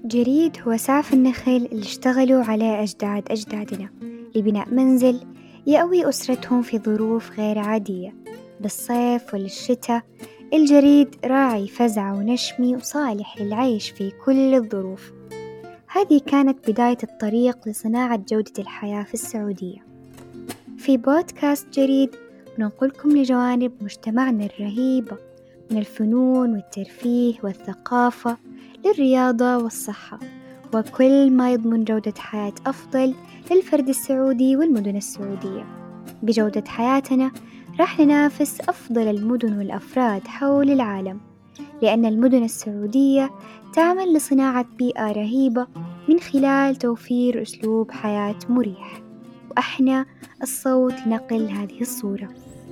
جريد هو سعف النخل اللي اشتغلوا عليه أجدادنا لبناء منزل يأوي أسرتهم في ظروف غير عادية. بالصيف وللشتاء الجريد راعي فزع ونشمي وصالح للعيش في كل الظروف. هذه كانت بداية الطريق لصناعة جودة الحياة في السعودية. في بودكاست جريد بننقلكم لجوانب مجتمعنا الرهيبة، من الفنون والترفيه والثقافة للرياضة والصحة، وكل ما يضمن جودة حياة أفضل للفرد السعودي والمدن السعودية. بجودة حياتنا راح ننافس أفضل المدن والأفراد حول العالم، لأن المدن السعودية تعمل لصناعة بيئة رهيبة من خلال توفير أسلوب حياة مريح، وإحنا الصوت لنقل هذه الصورة.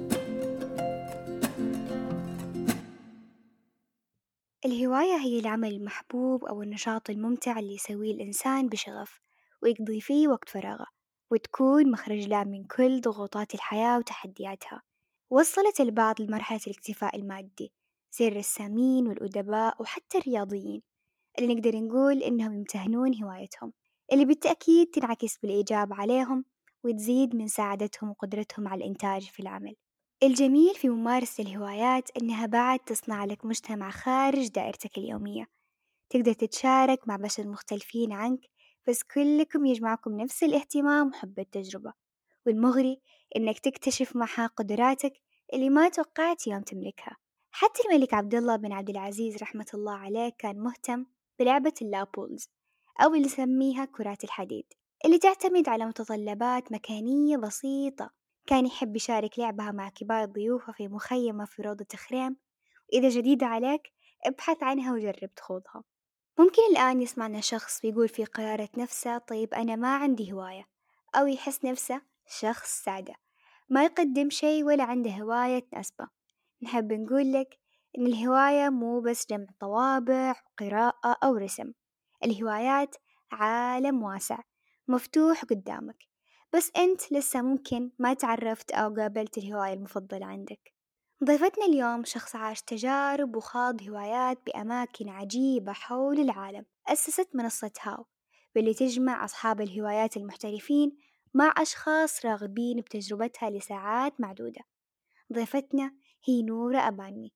الهواية هي العمل المحبوب أو النشاط الممتع اللي يسويه الإنسان بشغف ويقضي فيه وقت فراغه، وتكون مخرج له من كل ضغوطات الحياة وتحدياتها. وصلت البعض لمرحلة الاكتفاء المادي زي الرسامين والأدباء وحتى الرياضيين، اللي نقدر نقول إنهم يمتهنون هوايتهم، اللي بالتأكيد تنعكس بالإيجاب عليهم وتزيد من سعادتهم وقدرتهم على الإنتاج في العمل. الجميل في ممارسة الهوايات إنها بعد تصنع لك مجتمع خارج دائرتك اليومية، تقدر تتشارك مع بشر مختلفين عنك بس كلكم يجمعكم نفس الاهتمام وحب التجربة. والمغري إنك تكتشف معها قدراتك اللي ما توقعت يوم تملكها. حتى الملك عبد الله بن عبد العزيز رحمة الله عليه كان مهتم بلعبة اللابولز، أو اللي نسميها كرات الحديد، اللي تعتمد على متطلبات مكانية بسيطة. كان يحب يشارك لعبها مع كبار ضيوفه في مخيمة في روضة خريم، وإذا جديدة عليك ابحث عنها وجرب تخوضها. ممكن الآن يسمعنا شخص بيقول في قرارة نفسه طيب أنا ما عندي هواية، أو يحس نفسه شخص سادة ما يقدم شيء ولا عنده هواية تناسبه. نحب نقول لك إن الهواية مو بس جمع طوابع وقراءة أو رسم، الهوايات عالم واسع مفتوح قدامك، بس أنت لسه ممكن ما تعرفت أو قابلت الهواية المفضلة عندك. ضيفتنا اليوم شخص عاش تجارب وخاض هوايات بأماكن عجيبة حول العالم. أسست منصة هاو واللي تجمع أصحاب الهوايات المحترفين مع أشخاص راغبين بتجربتها لساعات معدودة. ضيفتنا هي نورة أباني.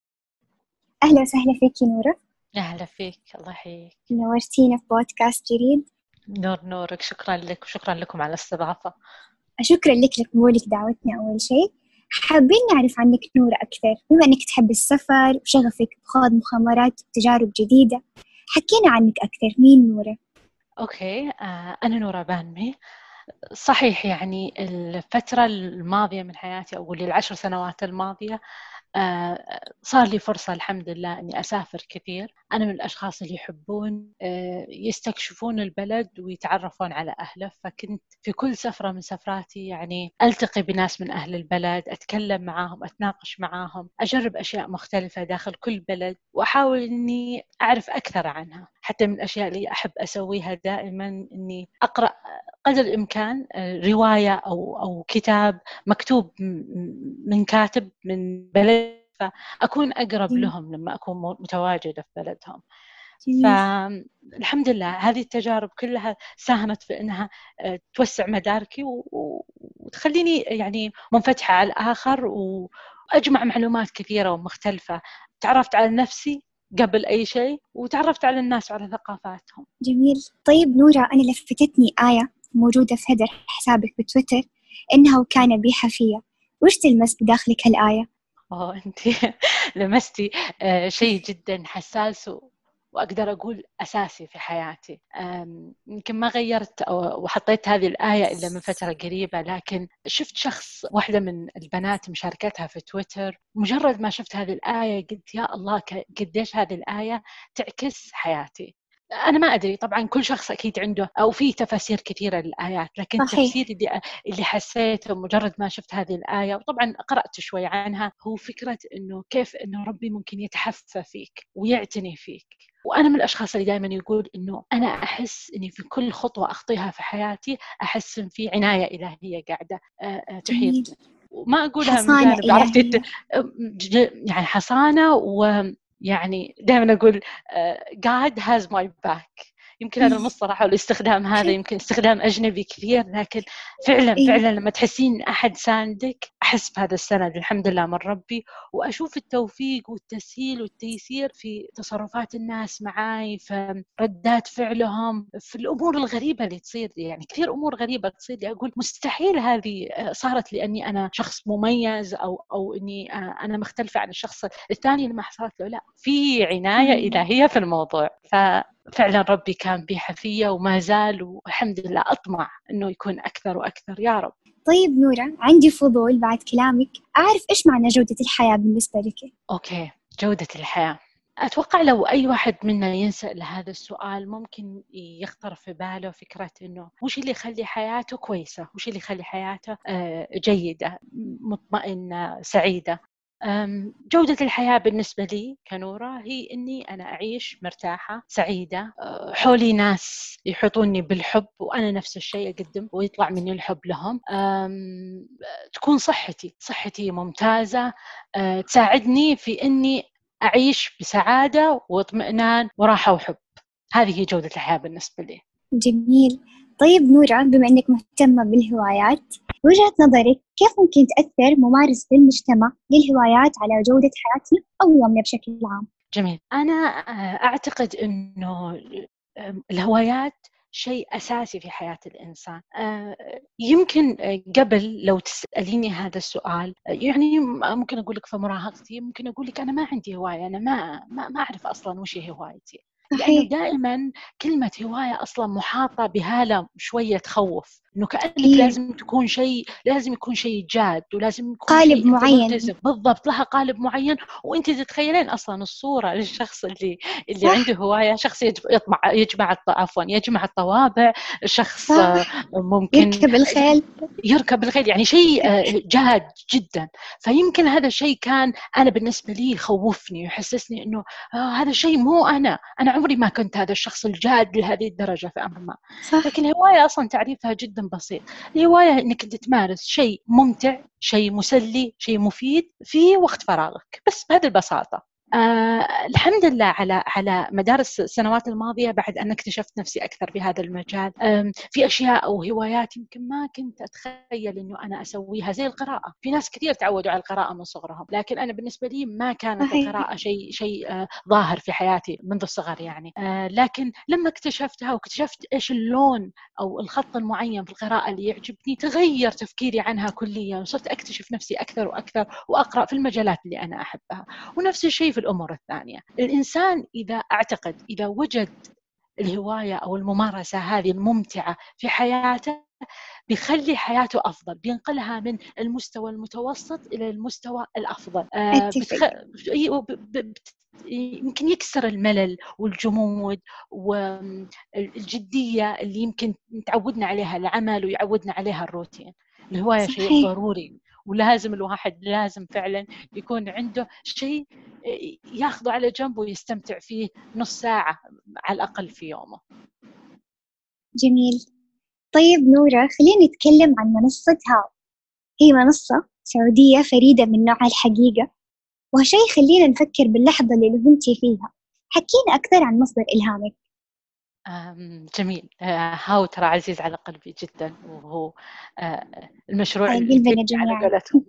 أهلا وسهلا فيك نورة. أهلا فيك، الله يحييك. نورتينا في بودكاست جريد. نورك، شكرا لك وشكرا لكم على الاستضافة. شكرا لك لقبولك دعوتنا. أول شيء حابين نعرف عنك نورة أكثر، بما أنك تحب السفر وشغفك بخوض مغامرات وتجارب جديدة، حكينا عنك أكثر. مين نورة؟ أوكي، أنا نورة بانمي. صحيح، يعني الفترة الماضية من حياتي أو ال10 سنوات الماضية صار لي فرصة الحمد لله أني أسافر كثير. أنا من الأشخاص اللي يحبون يستكشفون البلد ويتعرفون على أهله، فكنت في كل سفرة من سفراتي يعني ألتقي بناس من أهل البلد، أتكلم معاهم، أتناقش معاهم، أجرب أشياء مختلفة داخل كل بلد وأحاول أني أعرف أكثر عنها. حتى من الأشياء اللي أحب أسويها دائما أني أقرأ قدر الإمكان رواية أو كتاب مكتوب من كاتب من بلد، فأكون أقرب لهم لما أكون متواجدة في بلدهم. فالحمد لله هذه التجارب كلها ساهمت في أنها توسع مداركي وتخليني يعني منفتحة على الآخر، وأجمع معلومات كثيرة ومختلفة. تعرفت على نفسي قبل أي شيء، وتعرفت على الناس وعلى ثقافاتهم. جميل. طيب نورة، أنا لفتتني آية موجودة في هدر حسابك بتويتر إنها وكان بي حفية. وش تلمس بداخلك هالآية؟ أنت لمستي شيء جدا حساس وأقدر أقول أساسي في حياتي. يمكن ما غيرت وحطيت هذه الآية إلا من فترة قريبة، لكن شفت شخص، واحدة من البنات مشاركتها في تويتر. مجرد ما شفت هذه الآية قلت يا الله قديش هذه الآية تعكس حياتي. أنا ما أدري، طبعاً كل شخص أكيد عنده أو فيه تفاسير كثيرة للآيات، لكن التفسير اللي حسيته مجرد ما شفت هذه الآية، وطبعاً قرأت شوي عنها، هو فكرة إنه كيف إنه ربي ممكن يتحفى فيك ويعتني فيك. وأنا من الأشخاص اللي دائماً يقول إنه أنا أحس إني في كل خطوة أخطيها في حياتي أحس إن في عناية إلهية قاعدة تحيطني. وما أقولها من جانب عرفتي يعني حصانة، ويعني دائما أقول God has my back. يمكن هذا المصطلح أو الاستخدام هذا يمكن استخدام أجنبي كثير، لكن فعلا إيه. فعلا لما تحسين أحد ساندك أحس بهذا السند الحمد لله من ربي، وأشوف التوفيق والتسهيل والتيسير في تصرفات الناس معاي، في ردات فعلهم، في الأمور الغريبة اللي تصير لي. يعني كثير أمور غريبة تصير لي أقول مستحيل هذه صارت لأني أنا شخص مميز أو أني أنا مختلفة عن الشخص الثاني اللي ما حصلت له. لا، في عناية إلهية في الموضوع. ففعلا ربي كان بي حفية وما زال، والحمد لله أطمع أنه يكون أكثر وأكثر يا رب. طيب نورة، عندي فضول بعد كلامك أعرف إيش معنى جودة الحياة بالنسبة لك؟ أوكي، جودة الحياة. أتوقع لو أي واحد منا ينسأل هذا السؤال ممكن يخطر في باله فكرة إنه وش اللي يخلي حياته كويسة، وش اللي يخلي حياته جيدة مطمئنة سعيدة. جودة الحياة بالنسبة لي كنورة هي إني أنا أعيش مرتاحة سعيدة، حولي ناس يحيطوني بالحب وأنا نفس الشيء أقدم ويطلع مني الحب لهم. تكون صحتي ممتازة، تساعدني في إني أعيش بسعادة واطمئنان وراحة وحب. هذه هي جودة الحياة بالنسبة لي. جميل. طيب نورة، بما أنك مهتمة بالهوايات، وجهة نظرك كيف ممكن تأثر ممارسة المجتمع للهوايات على جودة حياتنا أو يومنا بشكل عام؟ جميل. أنا أعتقد أنه الهوايات شيء أساسي في حياة الإنسان. يمكن قبل لو تسأليني هذا السؤال يعني ممكن أقول لك في مراهقتي ممكن أقول لك أنا ما عندي هواية، أنا ما أعرف أصلا وش هي هوايتي، لأنه صحيح. دائما كلمة هواية أصلا محاطة بهالة شوية تخوف، إنه كأنك إيه. لازم يكون شيء جاد، ولازم يكون قالب شيء أنت معين. ملتزم بالضبط، لها قالب معين. وأنت تتخيلين أصلا الصورة للشخص اللي صح. عنده هواية، شخص يجمع الطوابع، شخص صح. ممكن يركب الخيل. يركب الخيل، يعني شيء جاد جدا. فيمكن هذا الشيء كان أنا بالنسبة لي يخوفني ويحسسني إنه هذا الشيء مو أنا عمري ما كنت هذا الشخص الجاد لهذه الدرجة في أمر ما. صح. لكن الهواية أصلا تعريفها جدا بسيط. الهواية إنك أنت تمارس شيء ممتع، شيء مسلي، شيء مفيد في وقت فراغك، بس بهذه البساطة. الحمد لله على مدار السنوات الماضية بعد أن اكتشفت نفسي أكثر في هذا المجال. في أشياء أو هوايات يمكن ما كنت أتخيل إنه أنا أسويها، زي القراءة. في ناس كثير تعودوا على القراءة من صغرهم، لكن أنا بالنسبة لي ما كانت صحيح. القراءة شيء ظاهر في حياتي منذ الصغر يعني. لكن لما اكتشفتها واكتشفت إيش اللون أو الخط المعين في القراءة اللي يعجبني، تغير تفكيري عنها كليا، وصرت أكتشف نفسي أكثر وأكثر وأقرأ في المجالات اللي أنا أحبها. ونفس الشيء في الأمور الثانية. الإنسان إذا وجد الهواية أو الممارسة هذه الممتعة في حياته بيخلي حياته أفضل، بينقلها من المستوى المتوسط إلى المستوى الأفضل. أتفق. يمكن يكسر الملل والجمود والجدية اللي يمكن تعودنا عليها العمل ويعودنا عليها الروتين. الهواية شيء صحيح. ضروري، ولازم الواحد لازم فعلا يكون عنده شيء ياخذه على جنب ويستمتع فيه نص ساعة على الأقل في يومه. جميل. طيب نورة، خلينا نتكلم عن منصة هاو. هي منصة سعودية فريدة من نوعها الحقيقة، وهالشي يخلينا نفكر باللحظة اللي لهمتي فيها. حكينا أكثر عن مصدر إلهامك. جميل. هاو ترى عزيز على قلبي جدا، وهو المشروع على الكبير قلبنا على جميعا. قولتهم.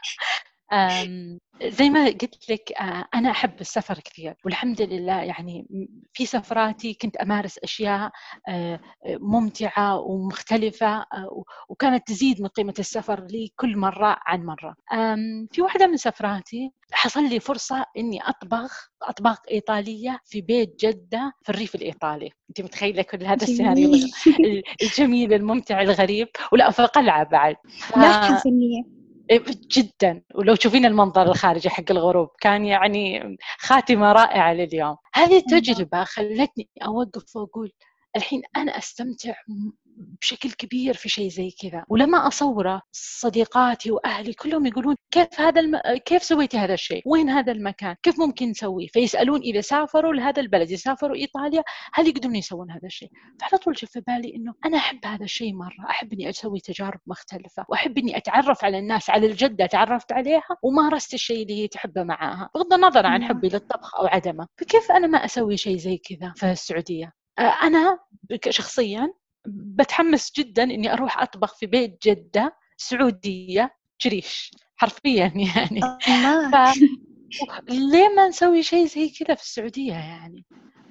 زي ما قلت لك أنا أحب السفر كثير، والحمد لله يعني في سفراتي كنت أمارس أشياء ممتعة ومختلفة، وكانت تزيد من قيمة السفر لي كل مرة عن مرة. في واحدة من سفراتي حصل لي فرصة إني أطبخ إيطالية في بيت جدة في الريف الإيطالي. أنت متخيلة كل هذا السيناريو جميل. الجميل الممتع الغريب، ولا في قلعة بعد. لوحة فنية. جدا. ولو تشوفين المنظر الخارجي حق الغروب كان يعني خاتمة رائعة لليوم. هذه الله. التجربة خلتني أوقف وأقول الحين أنا أستمتع بشكل كبير في شيء زي كذا، ولما أصوره صديقاتي وأهلي كلهم يقولون كيف سويتي هذا الشيء؟ وين هذا المكان؟ كيف ممكن نسويه؟ فيسألون إذا سافروا لهذا البلد، يسافروا إيطاليا، هل يقدرون يسوون هذا الشيء؟ فعلى طول جاء في بالي إنه أنا أحب هذا الشيء مرة، أحب إني أسوي تجارب مختلفة، وأحب إني أتعرف على الناس، على الجدة تعرفت عليها ومارست الشيء اللي هي تحبه معاها، بغض النظر عن الله. حبي للطبخ أو عدمه. فكيف أنا ما أسوي شيء زي كذا في السعودية؟ أنا شخصيا بتحمس جدا إني أروح أطبخ في بيت جدة سعودية جريش حرفيا يعني. الله. فليه ما نسوي شيء زي كذا في السعودية يعني؟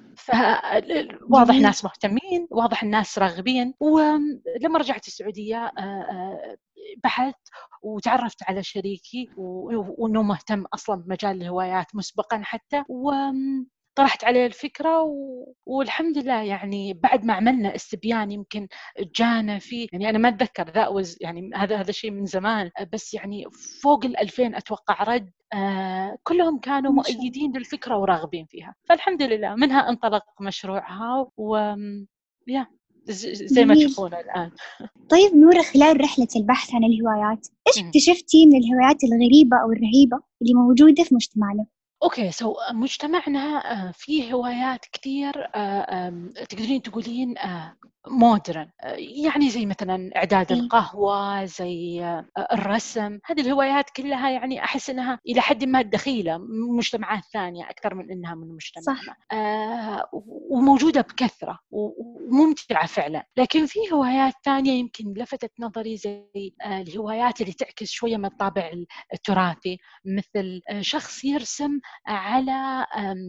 فواضح جميل. ناس مهتمين، واضح الناس راغبين. ولما رجعت السعودية بحثت وتعرفت على شريكي وأنه مهتم أصلا بمجال الهوايات مسبقا حتى، وطرحت عليه الفكرة والحمد لله يعني بعد ما عملنا استبيان يمكن جانا فيه، يعني أنا ما أتذكر يعني هذا الشيء من زمان، بس يعني فوق 2000 أتوقع رد. كلهم كانوا ما شاء الله. مؤيدين للفكرة وراغبين فيها، فالحمد لله منها انطلق مشروعها يا زي ما جميل. تشوفون الآن. طيب نورة، خلال رحلة البحث عن الهوايات، إيش مم. اكتشفتي من الهوايات الغريبة أو الرهيبة اللي موجودة في مجتمعنا؟ اوكي، مجتمعنا فيه هوايات كثير، تقدرين تقولين مودرن، يعني زي مثلا إعداد إيه. القهوة، زي الرسم. هذه الهوايات كلها يعني أحس أنها إلى حد ما دخيلة من مجتمعات ثانية أكثر من أنها من صح. مجتمعنا، وموجودة بكثرة وممتعة فعلا. لكن في هوايات ثانية يمكن لفتت نظري، زي الهوايات اللي تعكس شوية من الطابع التراثي، مثل شخص يرسم على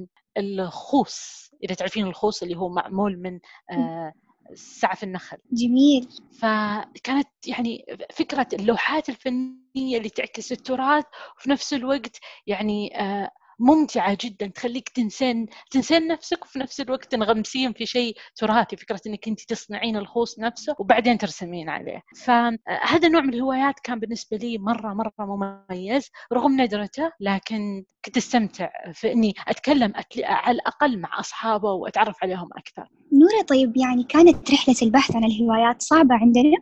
الخوص، إذا تعرفين الخوص اللي هو معمول من سعف النخل. جميل. فكانت يعني فكرة اللوحات الفنية اللي تعكس التراث وفي نفس الوقت يعني ممتعة جدا، تخليك تنسين نفسك، وفي نفس الوقت تنغمسين في شيء تراثي، فكرة انك انت تصنعين الخوص نفسه وبعدين ترسمين عليه. فهذا النوع من الهوايات كان بالنسبة لي مرة مميز رغم ندرته، لكن كنت استمتع في اني اتكلم على الاقل مع اصحابه واتعرف عليهم اكثر. نورة، طيب يعني كانت رحلة البحث عن الهوايات صعبة عندنا؟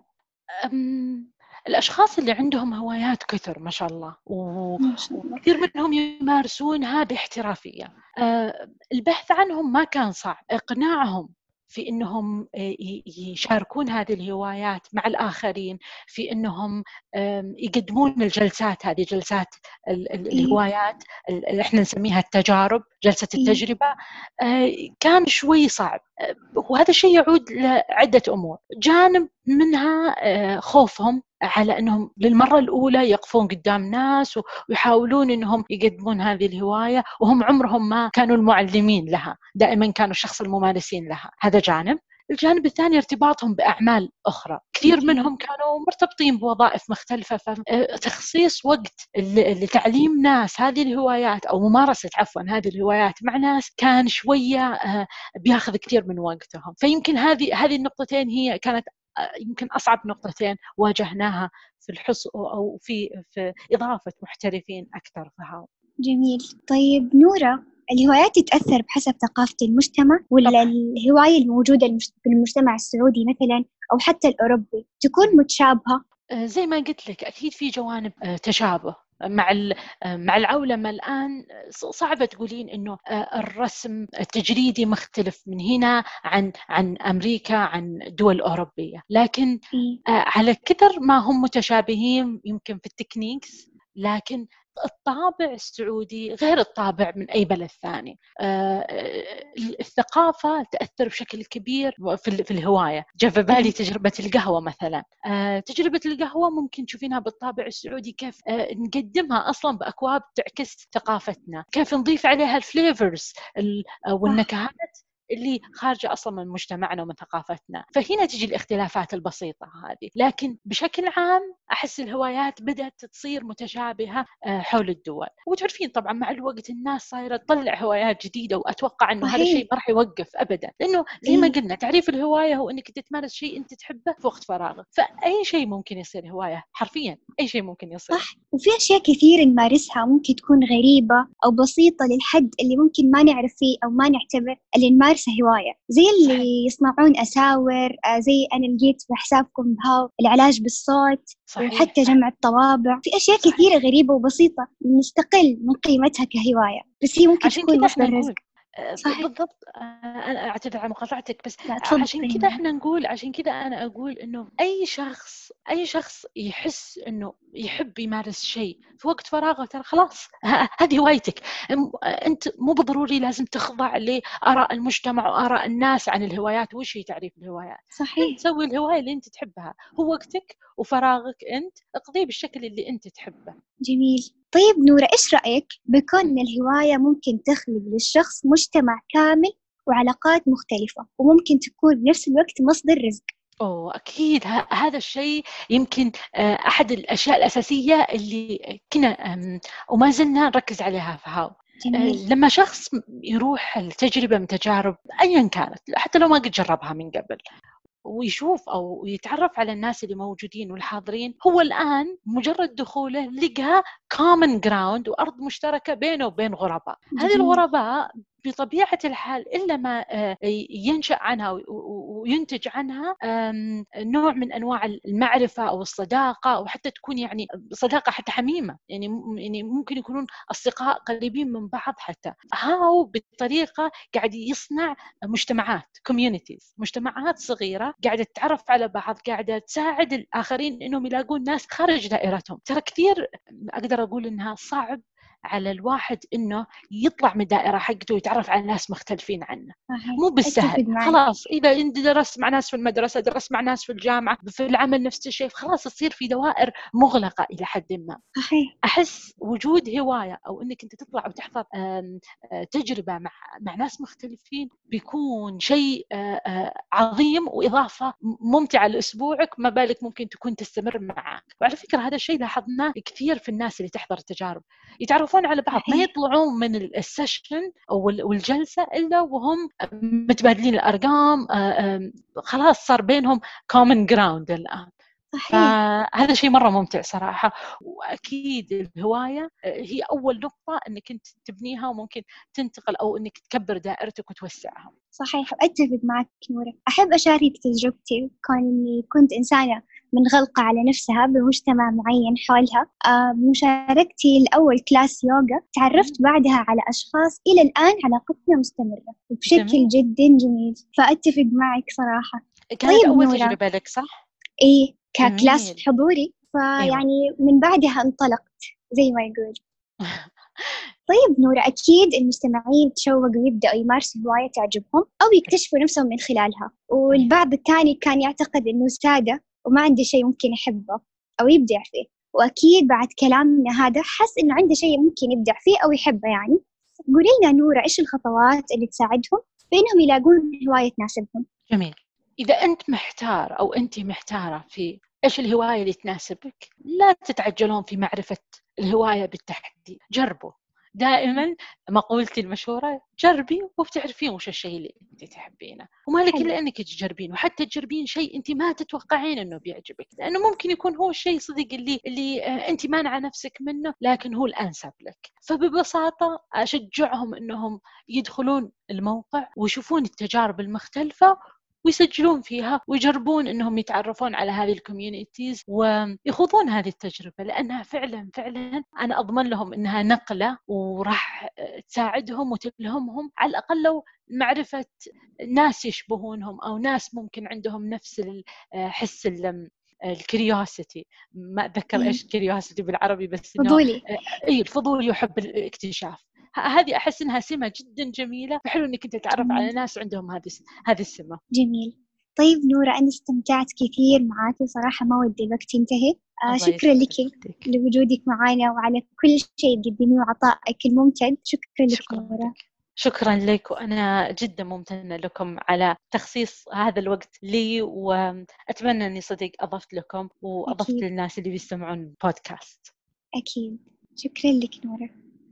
الأشخاص اللي عندهم هوايات كثر ما شاء الله، ما شاء الله. وكثير منهم يمارسونها باحترافية. البحث عنهم ما كان صعب، إقناعهم في أنهم يشاركون هذه الهوايات مع الآخرين، في أنهم يقدمون الجلسات، هذه جلسات إيه. الهوايات اللي احنا نسميها التجارب، جلسة إيه. التجربة. كان شوي صعب، وهذا الشيء يعود لعدة أمور. جانب منها خوفهم على أنهم للمرة الأولى يقفون قدام ناس ويحاولون أنهم يقدمون هذه الهواية وهم عمرهم ما كانوا المعلمين لها، دائما كانوا الشخص الممارسين لها. هذا جانب. الجانب الثاني ارتباطهم بأعمال أخرى، كثير أكيد. منهم كانوا مرتبطين بوظائف مختلفة، فتخصيص وقت لتعليم ناس هذه الهوايات أو ممارسة عفوا هذه الهوايات مع ناس كان شوية بياخذ كثير من وقتهم. فيمكن هذه النقطتين هي كانت يمكن أصعب نقطتين واجهناها في الحصول أو في إضافة محترفين أكثر فيها. جميل. طيب نورة، الهوايات تتأثر بحسب ثقافة المجتمع، ولا طبعا. الهواية الموجودة في المجتمع السعودي مثلا أو حتى الأوروبي تكون متشابهة؟ زي ما قلت لك أكيد في جوانب تشابه مع مع العولمة الآن. صعبة تقولين إنه الرسم التجريدي مختلف من هنا عن أمريكا عن دول أوروبية، لكن إيه. على كثر ما هم متشابهين يمكن في التكنيكس، لكن الطابع السعودي غير الطابع من أي بلد ثاني. الثقافة تأثر بشكل كبير في الهواية. جاء في بالي إيه. تجربة القهوة مثلا. تجربة القهوة ممكن تشوفينها بالطابع السعودي، كيف نقدمها أصلا بأكواب تعكس ثقافتنا، كيف نضيف عليها الفليفرز صح. والنكهات اللي خارجة أصلا من مجتمعنا ومن ثقافتنا. فهنا تجي الاختلافات البسيطة هذه، لكن بشكل عام أحس الهوايات بدأت تصير متشابهة حول الدول. وتعرفين طبعا مع الوقت الناس صايرة تطلع هوايات جديدة، وأتوقع أنه هذا الشيء صحيح. ما راح يوقف أبدا، لأنه زي ما إيه. قلنا تعريف الهواية هو أنك تتمارس شيء أنت تحبه في وقت فراغك، فأي شيء ممكن يصير هواية، حرفيا أي شيء ممكن يصير. صح. وفي أشياء كثير نمارسها ممكن تكون غريبة أو بسيطة للحد اللي ممكن ما نعرف فيه أو ما نعتبر اللي نمارسه هواية، زي صحيح. اللي يصنعون أساور، زي أنا لقيت في حسابكم بهاو العلاج بالصوت، صحيح. وحتى جمع الطوابع. في أشياء صحيح. كثيرة غريبة وبسيطة نستقل من قيمتها كهواية، بس هي ممكن عشان تكون كذا مصدر احنا نقول رزق. صحيح. بالضبط. أنا أعتذر على مقاطعتك، بس لأ عشان تفضّلي كذا نورة. إحنا نقول، عشان كذا أنا أقول إنه أي شخص يحس إنه يحب يمارس شيء في وقت فراغه، ترى خلاص هذه هوايتك. أنت مو بالضروري لازم تخضع لآراء المجتمع وآراء الناس عن الهوايات. وش هي تعريف الهوايات؟ أنت صحيح. سوي الهواية اللي أنت تحبها، هو وقتك وفراغك، أنت اقضيه بالشكل اللي أنت تحبه. جميل. طيب نورة، إيش رأيك بكون إن الهواية ممكن تخلق للشخص مجتمع كامل وعلاقات مختلفة، وممكن تكون بنفس الوقت مصدر رزق؟ أكيد هذا الشيء يمكن أحد الأشياء الأساسية اللي كنا وما زلنا نركز عليها في هاو. جميل. لما شخص يروح لتجربة من تجارب أيا كانت، حتى لو ما قد جربها من قبل، ويشوف أو يتعرف على الناس اللي موجودين والحاضرين، هو الآن مجرد دخوله لقى common ground وأرض مشتركة بينه وبين غرباء. هذه جميل. الغرباء بطبيعة الحال إلا ما ينشأ عنها وينتج عنها نوع من أنواع المعرفة أو الصداقة، أو حتى تكون يعني صداقة حتى حميمة، يعني ممكن يكونون أصدقاء قريبين من بعض. حتى هاو بالطريقة قاعد يصنع مجتمعات communities، مجتمعات صغيرة قاعدة تتعرف على بعض، قاعدة تساعد الآخرين إنهم يلاقون ناس خارج دائرتهم. ترى كثير أقدر أقول إنها صعب على الواحد إنه يطلع من الدائرة حقته ويتعرف على ناس مختلفين عنه. صحيح. مو بالسهل. أتفق معك. خلاص إذا أنت درست مع ناس في المدرسة، درست مع ناس في الجامعة، في العمل نفس الشيء، خلاص تصير في دوائر مغلقة إلى حد ما. صحيح. أحس وجود هواية أو إنك أنت تطلع وتحضر تجربة مع ناس مختلفين بيكون شيء عظيم وإضافة ممتعة لأسبوعك، ما بالك ممكن تكون تستمر معك. وعلى فكرة هذا الشيء لاحظناه كثير في الناس اللي تحضر التجارب، يتعرفون على بعض، ما صحيح. يطلعون من السيشن أو الجلسة إلا وهم متبادلين الأرقام. خلاص صار بينهم common ground الآن. صحيح. فهذا شيء مرة ممتع صراحة. وأكيد الهواية هي أول نقطة أنك أنت تبنيها، وممكن تنتقل أو أنك تكبر دائرتك وتوسعها. صحيح. أتفق معك نورة. أحب أشارك تجربتي كون إني كنت إنسانة منغلقة على نفسها بمجتمع معين حولها. بمشاركتي لأول كلاس يوغا تعرفت بعدها على أشخاص إلى الآن علاقتنا مستمرة وبشكل جميل. جدا جميل، فأتفق معك صراحة. كانت طيب أول نورة، تجربة لك صح؟ إيه ككلاس جميل. حضوري، أيوة. فيعني من بعدها انطلقت زي ما يقول. طيب نورة، أكيد المستمعين تشوقوا يبدأوا يمارسوا هواية تعجبهم أو يكتشفوا نفسهم من خلالها، أيوة. والبعض الثاني كان يعتقد إنه سادة وما عنده شيء ممكن يحبه أو يبدع فيه، وأكيد بعد كلامنا هذا حس إنه عنده شيء ممكن يبدع فيه أو يحبه يعني. قولي لنا نورة، إيش الخطوات اللي تساعدهم بإنهم يلاقون هواية تناسبهم؟ جميل. إذا أنت محتار أو أنت محتارة في إيش الهواية اللي تناسبك، لا تتعجلون في معرفة الهواية بالتحديد. جربوا دائما. مقولتي المشهورة: جربي وبتعرفين وش الشيء اللي أنت تحبينه، وما لك حلو. إلا أنك تجربين. وحتى تجربين شيء أنت ما تتوقعين أنه بيعجبك، لأنه ممكن يكون هو الشيء صدق اللي أنت مانعة نفسك منه، لكن هو الأنسب لك. فببساطة أشجعهم أنهم يدخلون الموقع ويشوفون التجارب المختلفة ويسجلون فيها ويجربون أنهم يتعرفون على هذه الكوميونيتيز ويخوضون هذه التجربة، لأنها فعلا فعلا أنا أضمن لهم أنها نقلة وراح تساعدهم وتلهمهم على الأقل لو معرفة ناس يشبهونهم أو ناس ممكن عندهم نفس حس الكريوسيتي. ما أتذكر إيش كريوسيتي بالعربي، بس إنه فضولي. أي الفضول يحب الاكتشاف. هذه أحس إنها سمة جدا جميلة، فحلو إنك أنت تتعرف جميل. على ناس عندهم هذه السمة. جميل. طيب نورة، أنا استمتعت كثير معاك صراحة، ما ودي الوقت ينتهي. الله شكرا لك يسعدك يهديك. لوجودك معنا وعلى كل شيء تقدميه وعطائك الممتد. شكرا لك شكرا نورة. لك. شكرا لك، وأنا جدا ممتنة لكم على تخصيص هذا الوقت لي، وأتمنى أني صدق أضفت لكم وأضفت أكيد. للناس اللي بيستمعون البودكاست. أكيد. شكرا لك نورة.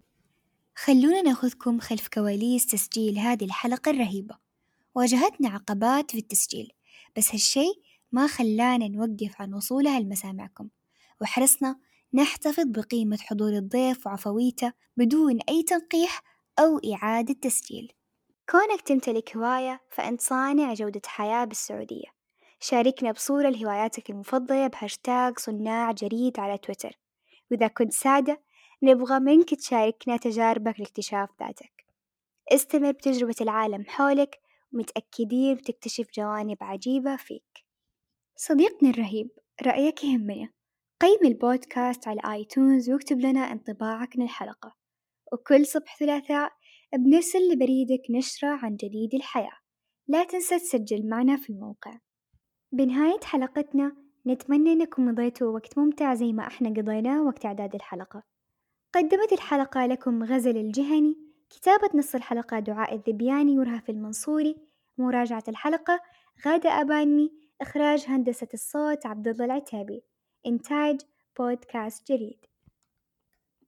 خلونا ناخذكم خلف كواليس تسجيل هذه الحلقة الرهيبة. واجهتنا عقبات في التسجيل، بس هالشي ما خلانا نوقف عن وصولها لمسامعكم، وحرصنا نحتفظ بقيمة حضور الضيف وعفويته بدون أي تنقيح أو إعادة تسجيل. كونك تمتلك هواية فأنت صانع جودة حياة بالسعودية. شاركنا بصورة لهواياتك المفضلة بهاشتاغ صناع جريد على تويتر، وإذا كنت سادة نبغى منك تشاركنا تجاربك لاكتشاف ذاتك. استمر بتجربة العالم حولك، ومتأكدين بتكتشف جوانب عجيبة فيك. صديقنا الرهيب، رأيك يهمنا. قيم البودكاست على آيتونز واكتب لنا انطباعك عن الحلقة. وكل صبح ثلاثاء بنرسل لبريدك نشرة عن جديد الحياة. لا تنسى تسجل معنا في الموقع. بنهاية حلقتنا نتمنى أنكم مضيتوا وقت ممتع زي ما احنا قضيناه وقت إعداد الحلقة. قدمت الحلقة لكم غزل الجهني، كتابة نص الحلقة دعاء الذبياني ورهف المنصوري، مراجعة الحلقة غادة أباني، إخراج هندسة الصوت عبد الله العتابي، إنتاج بودكاست جريد.